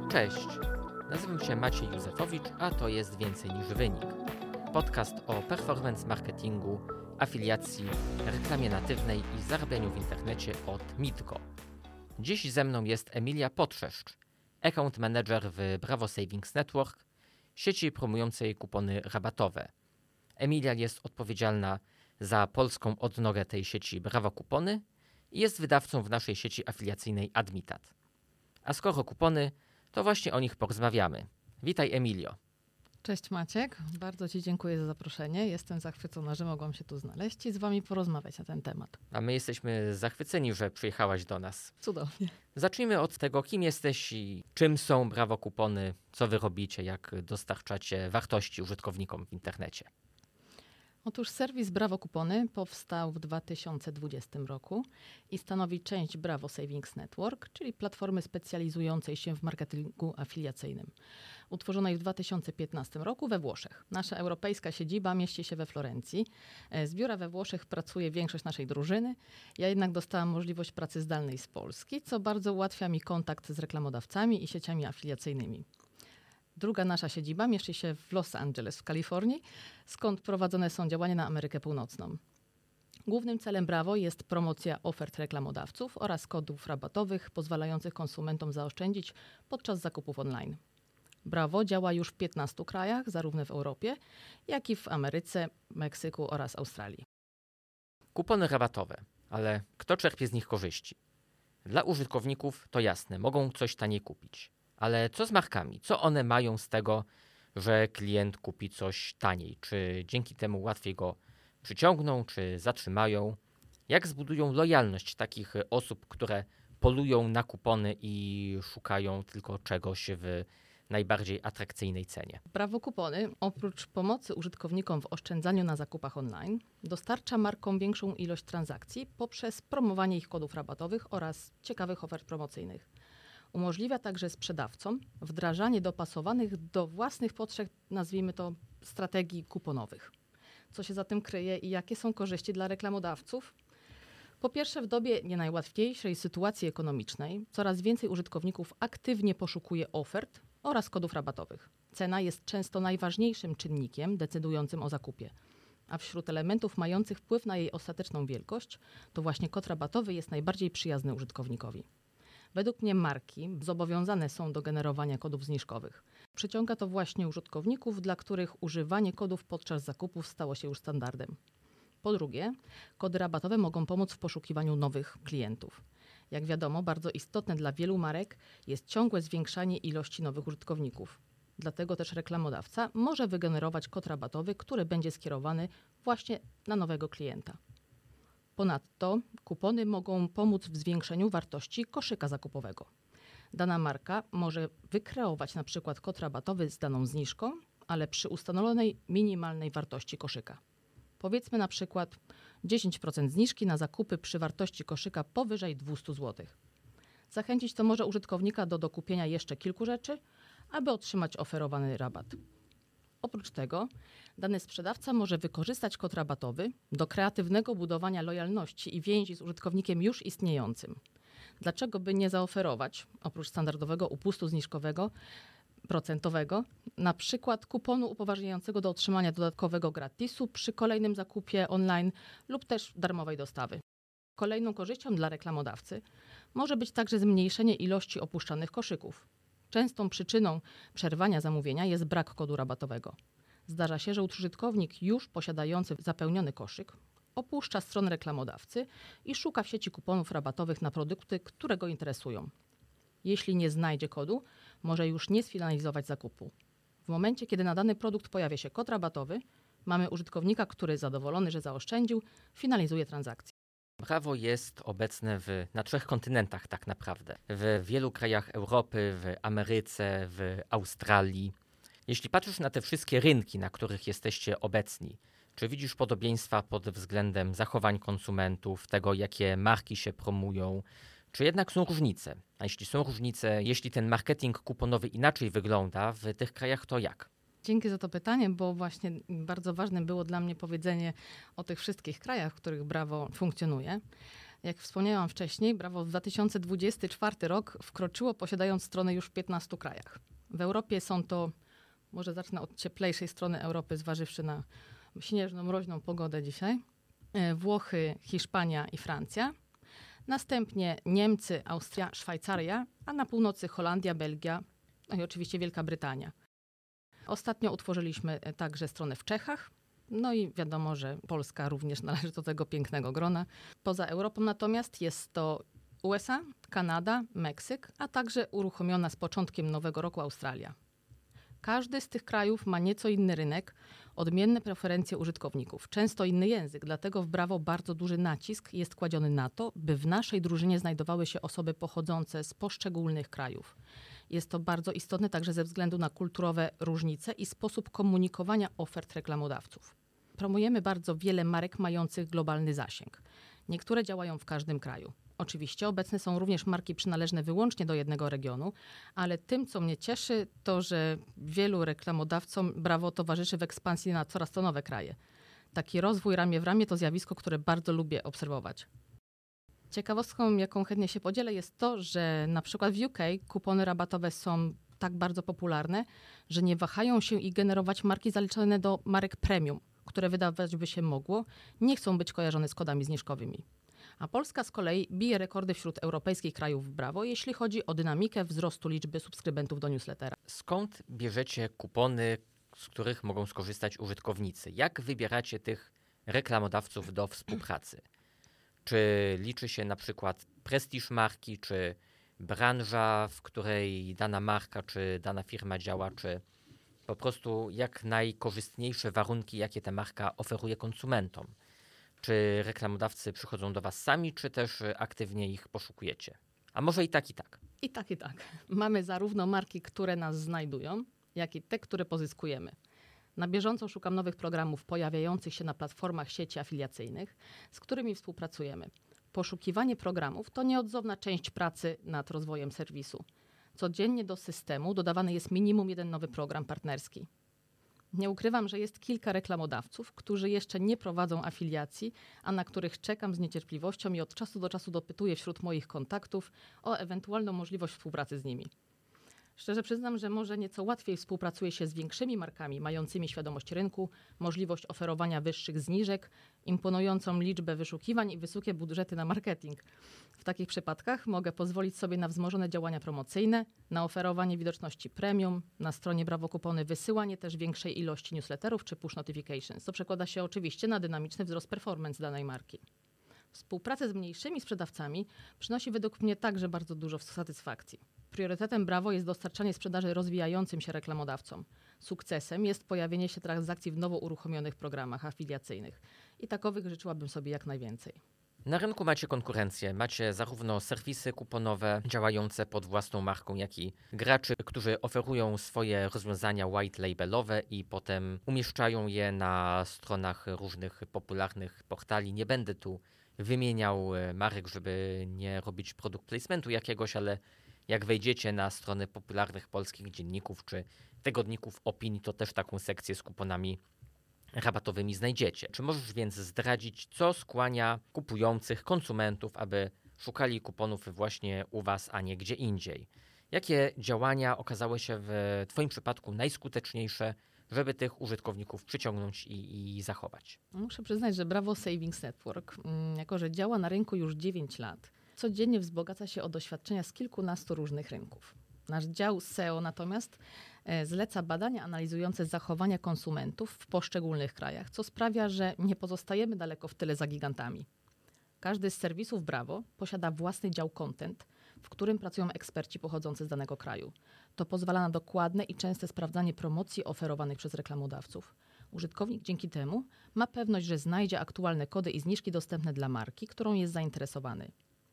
Cześć, nazywam się Maciej Józefowicz, a to jest Więcej niż Wynik. Podcast o performance marketingu, afiliacji, reklamie natywnej i zarabianiu w internecie od Mitgo. Dziś ze mną jest Emilia Potrzeszcz, account manager w Bravo Savings Network, sieci promującej kupony rabatowe. Emilia jest odpowiedzialna za polską odnogę tej sieci Bravo Kupony i jest wydawcą w naszej sieci afiliacyjnej Admitat. A skoro kupony, to właśnie o nich porozmawiamy. Witaj, Emilio. Cześć Maciek, bardzo Ci dziękuję za zaproszenie. Jestem zachwycona, że mogłam się tu znaleźć i z Wami porozmawiać na ten temat. A my jesteśmy zachwyceni, że przyjechałaś do nas. Cudownie. Zacznijmy od tego, kim jesteś i czym są Bravo Kupony, co wy robicie, jak dostarczacie wartości użytkownikom w internecie. Otóż serwis Bravo Kupony powstał w 2020 roku i stanowi część Bravo Savings Network, czyli platformy specjalizującej się w marketingu afiliacyjnym. Utworzonej w 2015 roku we Włoszech. Nasza europejska siedziba mieści się we Florencji. Z biura we Włoszech pracuje większość naszej drużyny. Ja jednak dostałam możliwość pracy zdalnej z Polski, co bardzo ułatwia mi kontakt z reklamodawcami i sieciami afiliacyjnymi. Druga nasza siedziba mieści się w Los Angeles w Kalifornii, skąd prowadzone są działania na Amerykę Północną. Głównym celem Bravo jest promocja ofert reklamodawców oraz kodów rabatowych pozwalających konsumentom zaoszczędzić podczas zakupów online. Bravo działa już w 15 krajach, zarówno w Europie, jak i w Ameryce, Meksyku oraz Australii. Kupony rabatowe, ale kto czerpie z nich korzyści? Dla użytkowników to jasne, mogą coś taniej kupić. Ale co z markami? Co one mają z tego, że klient kupi coś taniej? Czy dzięki temu łatwiej go przyciągną, czy zatrzymają? Jak zbudują lojalność takich osób, które polują na kupony i szukają tylko czegoś w najbardziej atrakcyjnej cenie? Bravo Kupony, oprócz pomocy użytkownikom w oszczędzaniu na zakupach online, dostarcza markom większą ilość transakcji poprzez promowanie ich kodów rabatowych oraz ciekawych ofert promocyjnych. Umożliwia także sprzedawcom wdrażanie dopasowanych do własnych potrzeb, nazwijmy to, strategii kuponowych. Co się za tym kryje i jakie są korzyści dla reklamodawców? Po pierwsze, w dobie nie najłatwiejszej sytuacji ekonomicznej coraz więcej użytkowników aktywnie poszukuje ofert oraz kodów rabatowych. Cena jest często najważniejszym czynnikiem decydującym o zakupie. A wśród elementów mających wpływ na jej ostateczną wielkość, to właśnie kod rabatowy jest najbardziej przyjazny użytkownikowi. Według mnie marki zobowiązane są do generowania kodów zniżkowych. Przyciąga to właśnie użytkowników, dla których używanie kodów podczas zakupów stało się już standardem. Po drugie, kody rabatowe mogą pomóc w poszukiwaniu nowych klientów. Jak wiadomo, bardzo istotne dla wielu marek jest ciągłe zwiększanie ilości nowych użytkowników. Dlatego też reklamodawca może wygenerować kod rabatowy, który będzie skierowany właśnie na nowego klienta. Ponadto kupony mogą pomóc w zwiększeniu wartości koszyka zakupowego. Dana marka może wykreować na przykład kod rabatowy z daną zniżką, ale przy ustalonej minimalnej wartości koszyka. Powiedzmy na przykład 10% zniżki na zakupy przy wartości koszyka powyżej 200 zł. Zachęcić to może użytkownika do dokupienia jeszcze kilku rzeczy, aby otrzymać oferowany rabat. Oprócz tego dany sprzedawca może wykorzystać kod rabatowy do kreatywnego budowania lojalności i więzi z użytkownikiem już istniejącym. Dlaczego by nie zaoferować, oprócz standardowego upustu zniżkowego procentowego, na przykład kuponu upoważniającego do otrzymania dodatkowego gratisu przy kolejnym zakupie online lub też darmowej dostawy. Kolejną korzyścią dla reklamodawcy może być także zmniejszenie ilości opuszczanych koszyków. Częstą przyczyną przerwania zamówienia jest brak kodu rabatowego. Zdarza się, że użytkownik już posiadający zapełniony koszyk opuszcza stronę reklamodawcy i szuka w sieci kuponów rabatowych na produkty, które go interesują. Jeśli nie znajdzie kodu, może już nie sfinalizować zakupu. W momencie, kiedy na dany produkt pojawia się kod rabatowy, mamy użytkownika, który zadowolony, że zaoszczędził, finalizuje transakcję. Bravo jest obecne na 3 kontynentach tak naprawdę. W wielu krajach Europy, w Ameryce, w Australii. Jeśli patrzysz na te wszystkie rynki, na których jesteście obecni, czy widzisz podobieństwa pod względem zachowań konsumentów, tego jakie marki się promują, czy jednak są różnice? A jeśli są różnice, jeśli ten marketing kuponowy inaczej wygląda w tych krajach, to jak? Dzięki za to pytanie, bo właśnie bardzo ważne było dla mnie powiedzenie o tych wszystkich krajach, w których Bravo funkcjonuje. Jak wspomniałam wcześniej, Brawo w 2024 rok wkroczyło, posiadając stronę już w 15 krajach. W Europie są to, może zacznę od cieplejszej strony Europy, zważywszy na śnieżną, mroźną pogodę dzisiaj, Włochy, Hiszpania i Francja. Następnie Niemcy, Austria, Szwajcaria, a na północy Holandia, Belgia, no i oczywiście Wielka Brytania. Ostatnio utworzyliśmy także stronę w Czechach. No i wiadomo, że Polska również należy do tego pięknego grona. Poza Europą natomiast jest to USA, Kanada, Meksyk, a także uruchomiona z początkiem nowego roku Australia. Każdy z tych krajów ma nieco inny rynek, odmienne preferencje użytkowników, często inny język, dlatego w Brawo bardzo duży nacisk jest kładziony na to, by w naszej drużynie znajdowały się osoby pochodzące z poszczególnych krajów. Jest to bardzo istotne także ze względu na kulturowe różnice i sposób komunikowania ofert reklamodawców. Promujemy bardzo wiele marek mających globalny zasięg. Niektóre działają w każdym kraju. Oczywiście obecne są również marki przynależne wyłącznie do jednego regionu, ale tym, co mnie cieszy, to, że wielu reklamodawcom Brawo towarzyszy w ekspansji na coraz to nowe kraje. Taki rozwój ramię w ramię to zjawisko, które bardzo lubię obserwować. Ciekawostką, jaką chętnie się podzielę, jest to, że na przykład w UK kupony rabatowe są tak bardzo popularne, że nie wahają się ich generować marki zaliczone do marek premium, które wydawać by się mogło, nie chcą być kojarzone z kodami zniżkowymi. A Polska z kolei bije rekordy wśród europejskich krajów w Brawo, jeśli chodzi o dynamikę wzrostu liczby subskrybentów do newslettera. Skąd bierzecie kupony, z których mogą skorzystać użytkownicy? Jak wybieracie tych reklamodawców do współpracy? Czy liczy się na przykład prestiż marki, czy branża, w której dana marka, czy dana firma działa, czy po prostu jak najkorzystniejsze warunki, jakie ta marka oferuje konsumentom? Czy reklamodawcy przychodzą do was sami, czy też aktywnie ich poszukujecie? A może i tak, i tak? I tak, i tak. Mamy zarówno marki, które nas znajdują, jak i te, które pozyskujemy. Na bieżąco szukam nowych programów pojawiających się na platformach sieci afiliacyjnych, z którymi współpracujemy. Poszukiwanie programów to nieodzowna część pracy nad rozwojem serwisu. Codziennie do systemu dodawany jest minimum jeden nowy program partnerski. Nie ukrywam, że jest kilka reklamodawców, którzy jeszcze nie prowadzą afiliacji, a na których czekam z niecierpliwością i od czasu do czasu dopytuję wśród moich kontaktów o ewentualną możliwość współpracy z nimi. Szczerze przyznam, że może nieco łatwiej współpracuje się z większymi markami mającymi świadomość rynku, możliwość oferowania wyższych zniżek, imponującą liczbę wyszukiwań i wysokie budżety na marketing. W takich przypadkach mogę pozwolić sobie na wzmożone działania promocyjne, na oferowanie widoczności premium, na stronie Brawo Kupony wysyłanie też większej ilości newsletterów czy push notifications, co przekłada się oczywiście na dynamiczny wzrost performance danej marki. Współpraca z mniejszymi sprzedawcami przynosi według mnie także bardzo dużo satysfakcji. Priorytetem Brawo jest dostarczanie sprzedaży rozwijającym się reklamodawcom. Sukcesem jest pojawienie się transakcji w nowo uruchomionych programach afiliacyjnych. I takowych życzyłabym sobie jak najwięcej. Na rynku macie konkurencję. Macie zarówno serwisy kuponowe działające pod własną marką, jak i graczy, którzy oferują swoje rozwiązania white labelowe i potem umieszczają je na stronach różnych popularnych portali. Nie będę tu wymieniał marek, żeby nie robić product placementu jakiegoś, ale jak wejdziecie na strony popularnych polskich dzienników czy tygodników opinii, to też taką sekcję z kuponami rabatowymi znajdziecie. Czy możesz więc zdradzić, co skłania kupujących konsumentów, aby szukali kuponów właśnie u was, a nie gdzie indziej? Jakie działania okazały się w twoim przypadku najskuteczniejsze, żeby tych użytkowników przyciągnąć i zachować? Muszę przyznać, że Brawo Savings Network, jako że działa na rynku już 9 lat, codziennie wzbogaca się o doświadczenia z kilkunastu różnych rynków. Nasz dział SEO natomiast zleca badania analizujące zachowania konsumentów w poszczególnych krajach, co sprawia, że nie pozostajemy daleko w tyle za gigantami. Każdy z serwisów Brawo posiada własny dział content, w którym pracują eksperci pochodzący z danego kraju. To pozwala na dokładne i częste sprawdzanie promocji oferowanych przez reklamodawców. Użytkownik dzięki temu ma pewność, że znajdzie aktualne kody i zniżki dostępne dla marki, którą jest zainteresowany.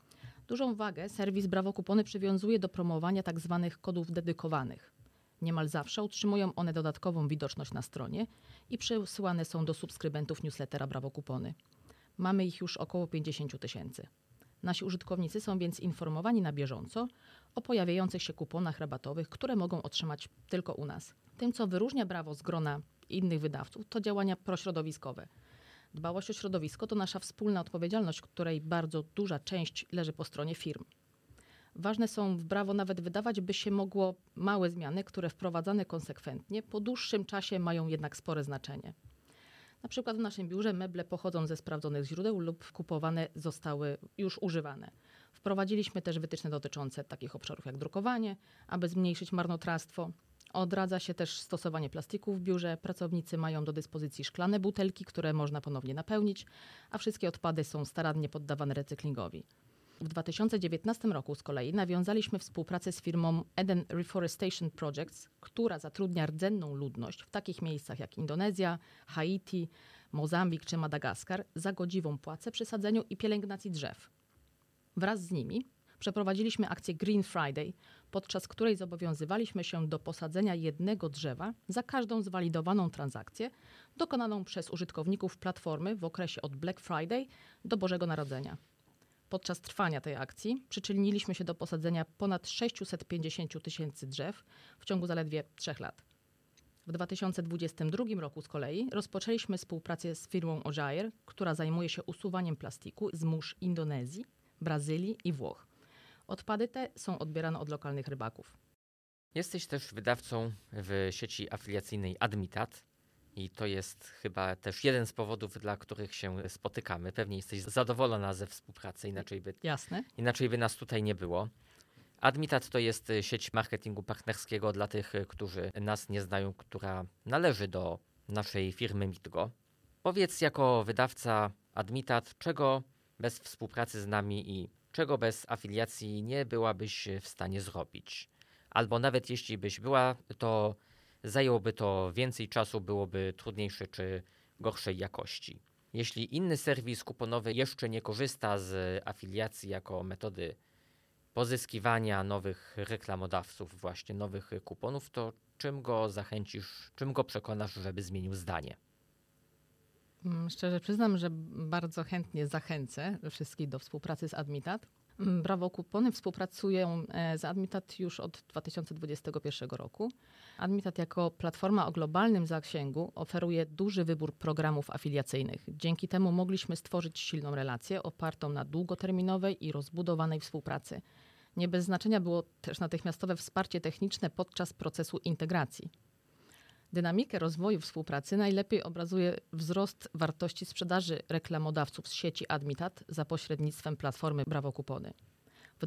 Dużą wagę serwis Brawo Kupony przywiązuje do promowania tzw. kodów dedykowanych. Niemal zawsze utrzymują one dodatkową widoczność na stronie i przesyłane są do subskrybentów newslettera Brawo Kupony. Mamy ich już około 50 000. Nasi użytkownicy są więc informowani na bieżąco o pojawiających się kuponach rabatowych, które mogą otrzymać tylko u nas. Tym, co wyróżnia Brawo z grona innych wydawców, to działania prośrodowiskowe. Dbałość o środowisko to nasza wspólna odpowiedzialność, której bardzo duża część leży po stronie firm. Ważne są w Brawo nawet wydawać by się mogło małe zmiany, które wprowadzane konsekwentnie po dłuższym czasie mają jednak spore znaczenie. Na przykład w naszym biurze meble pochodzą ze sprawdzonych źródeł lub kupowane zostały już używane. Wprowadziliśmy też wytyczne dotyczące takich obszarów jak drukowanie, aby zmniejszyć marnotrawstwo. Odradza się też stosowanie plastiku w biurze. Pracownicy mają do dyspozycji szklane butelki, które można ponownie napełnić, a wszystkie odpady są starannie poddawane recyklingowi. W 2019 roku z kolei nawiązaliśmy współpracę z firmą Eden Reforestation Projects, która zatrudnia rdzenną ludność w takich miejscach jak Indonezja, Haiti, Mozambik czy Madagaskar za godziwą płacę przy sadzeniu i pielęgnacji drzew. Wraz z nimi przeprowadziliśmy akcję Green Friday, podczas której zobowiązywaliśmy się do posadzenia jednego drzewa za każdą zwalidowaną transakcję dokonaną przez użytkowników platformy w okresie od Black Friday do Bożego Narodzenia. Podczas trwania tej akcji przyczyniliśmy się do posadzenia ponad 650 000 drzew w ciągu zaledwie 3 lat. W 2022 roku z kolei rozpoczęliśmy współpracę z firmą Ojair, która zajmuje się usuwaniem plastiku z mórz Indonezji, Brazylii i Włoch. Odpady te są odbierane od lokalnych rybaków. Jesteś też wydawcą w sieci afiliacyjnej Admitat i to jest chyba też jeden z powodów, dla których się spotykamy. Pewnie jesteś zadowolona ze współpracy, inaczej by nas tutaj nie było. Admitat to jest sieć marketingu partnerskiego dla tych, którzy nas nie znają, która należy do naszej firmy Mitgo. Powiedz jako wydawca Admitat, czego bez współpracy z nami i czego bez afiliacji nie byłabyś w stanie zrobić. Albo nawet jeśli byś była, to zajęłoby to więcej czasu, byłoby trudniejsze czy gorszej jakości. Jeśli inny serwis kuponowy jeszcze nie korzysta z afiliacji jako metody pozyskiwania nowych reklamodawców, właśnie nowych kuponów, to czym go zachęcisz, czym go przekonasz, żeby zmienił zdanie? Szczerze przyznam, że bardzo chętnie zachęcę wszystkich do współpracy z Admitat. Brawo Kupony współpracują z Admitat już od 2021 roku. Admitat jako platforma o globalnym zasięgu oferuje duży wybór programów afiliacyjnych. Dzięki temu mogliśmy stworzyć silną relację opartą na długoterminowej i rozbudowanej współpracy. Nie bez znaczenia było też natychmiastowe wsparcie techniczne podczas procesu integracji. Dynamikę rozwoju współpracy najlepiej obrazuje wzrost wartości sprzedaży reklamodawców z sieci Admitat za pośrednictwem platformy Brawo Kupony. W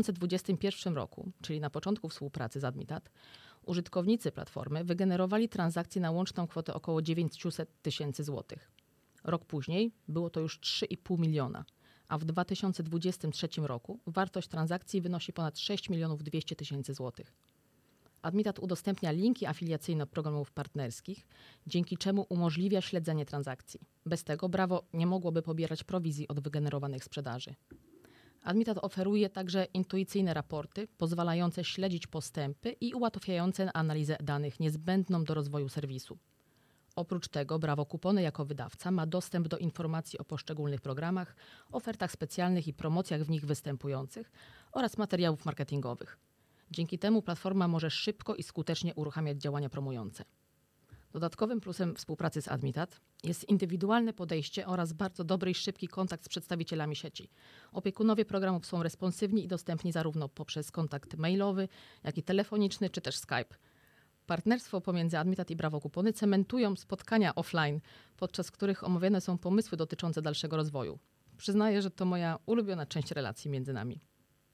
2021 roku, czyli na początku współpracy z Admitat, użytkownicy platformy wygenerowali transakcje na łączną kwotę około 900 000 złotych. Rok później było to już 3,5 miliona, a w 2023 roku wartość transakcji wynosi ponad 6 200 000 złotych. Admitat udostępnia linki afiliacyjne programów partnerskich, dzięki czemu umożliwia śledzenie transakcji. Bez tego Brawo nie mogłoby pobierać prowizji od wygenerowanych sprzedaży. Admitat oferuje także intuicyjne raporty, pozwalające śledzić postępy i ułatwiające analizę danych niezbędną do rozwoju serwisu. Oprócz tego Brawo Kupony jako wydawca ma dostęp do informacji o poszczególnych programach, ofertach specjalnych i promocjach w nich występujących oraz materiałów marketingowych. Dzięki temu platforma może szybko i skutecznie uruchamiać działania promujące. Dodatkowym plusem współpracy z Admitat jest indywidualne podejście oraz bardzo dobry i szybki kontakt z przedstawicielami sieci. Opiekunowie programów są responsywni i dostępni zarówno poprzez kontakt mailowy, jak i telefoniczny, czy też Skype. Partnerstwo pomiędzy Admitat i Brawo Kupony cementują spotkania offline, podczas których omawiane są pomysły dotyczące dalszego rozwoju. Przyznaję, że to moja ulubiona część relacji między nami.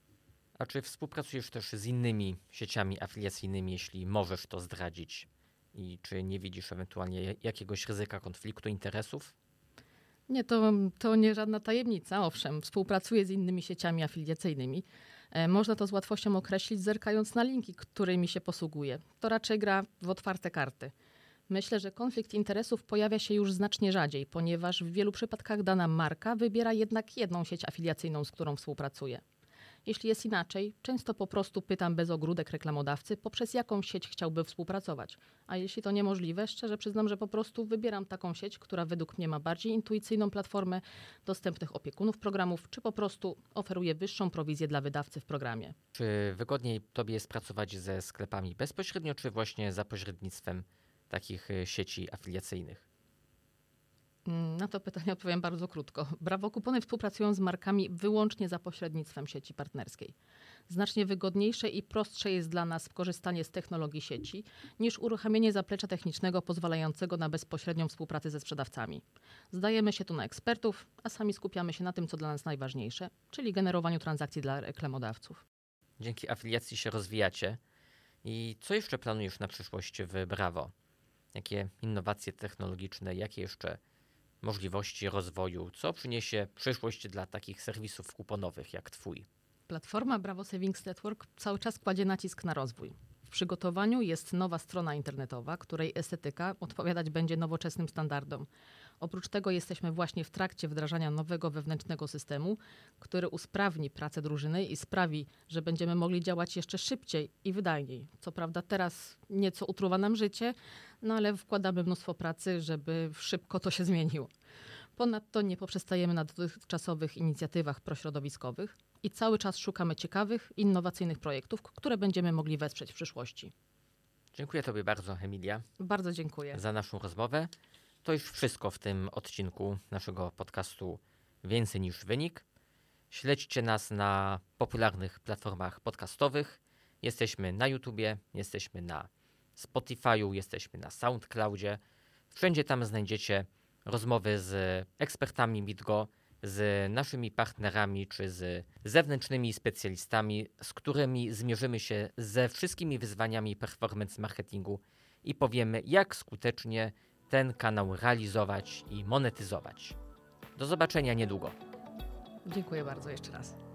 A czy współpracujesz też z innymi sieciami afiliacyjnymi, jeśli możesz to zdradzić? I czy nie widzisz ewentualnie jakiegoś ryzyka konfliktu interesów? Nie, to nie żadna tajemnica. Owszem, współpracuję z innymi sieciami afiliacyjnymi. Można to z łatwością określić, zerkając na linki, którymi się posługuję. To raczej gra w otwarte karty. Myślę, że konflikt interesów pojawia się już znacznie rzadziej, ponieważ w wielu przypadkach dana marka wybiera jednak jedną sieć afiliacyjną, z którą współpracuje. Jeśli jest inaczej, często po prostu pytam bez ogródek reklamodawcy, poprzez jaką sieć chciałby współpracować. A jeśli to niemożliwe, szczerze przyznam, że po prostu wybieram taką sieć, która według mnie ma bardziej intuicyjną platformę, dostępnych opiekunów programów, czy po prostu oferuje wyższą prowizję dla wydawcy w programie. Czy wygodniej tobie jest pracować ze sklepami bezpośrednio, czy właśnie za pośrednictwem takich sieci afiliacyjnych? Na to pytanie odpowiem bardzo krótko. Brawo Kupony współpracują z markami wyłącznie za pośrednictwem sieci partnerskiej. Znacznie wygodniejsze i prostsze jest dla nas korzystanie z technologii sieci niż uruchamianie zaplecza technicznego pozwalającego na bezpośrednią współpracę ze sprzedawcami. Zdajemy się tu na ekspertów, a sami skupiamy się na tym, co dla nas najważniejsze, czyli generowaniu transakcji dla reklamodawców. Dzięki afiliacji się rozwijacie. I co jeszcze planujesz na przyszłość w Brawo? Jakie innowacje technologiczne, jakie jeszcze możliwości rozwoju? Co przyniesie przyszłość dla takich serwisów kuponowych jak Twój? Platforma Brawo Savings Network cały czas kładzie nacisk na rozwój. W przygotowaniu jest nowa strona internetowa, której estetyka odpowiadać będzie nowoczesnym standardom. Oprócz tego jesteśmy właśnie w trakcie wdrażania nowego wewnętrznego systemu, który usprawni pracę drużyny i sprawi, że będziemy mogli działać jeszcze szybciej i wydajniej. Co prawda teraz nieco utruwa nam życie, ale wkładamy mnóstwo pracy, żeby szybko to się zmieniło. Ponadto nie poprzestajemy na dotychczasowych inicjatywach prośrodowiskowych i cały czas szukamy ciekawych, innowacyjnych projektów, które będziemy mogli wesprzeć w przyszłości. Dziękuję Tobie bardzo, Emilia. Bardzo dziękuję. Za naszą rozmowę. To już wszystko w tym odcinku naszego podcastu Więcej niż wynik. Śledźcie nas na popularnych platformach podcastowych. Jesteśmy na YouTubie, jesteśmy na Spotify'u, jesteśmy na SoundCloudzie. Wszędzie tam znajdziecie rozmowy z ekspertami BitGo, z naszymi partnerami czy z zewnętrznymi specjalistami, z którymi zmierzymy się ze wszystkimi wyzwaniami performance marketingu i powiemy, jak skutecznie ten kanał realizować i monetyzować. Do zobaczenia niedługo. Dziękuję bardzo jeszcze raz.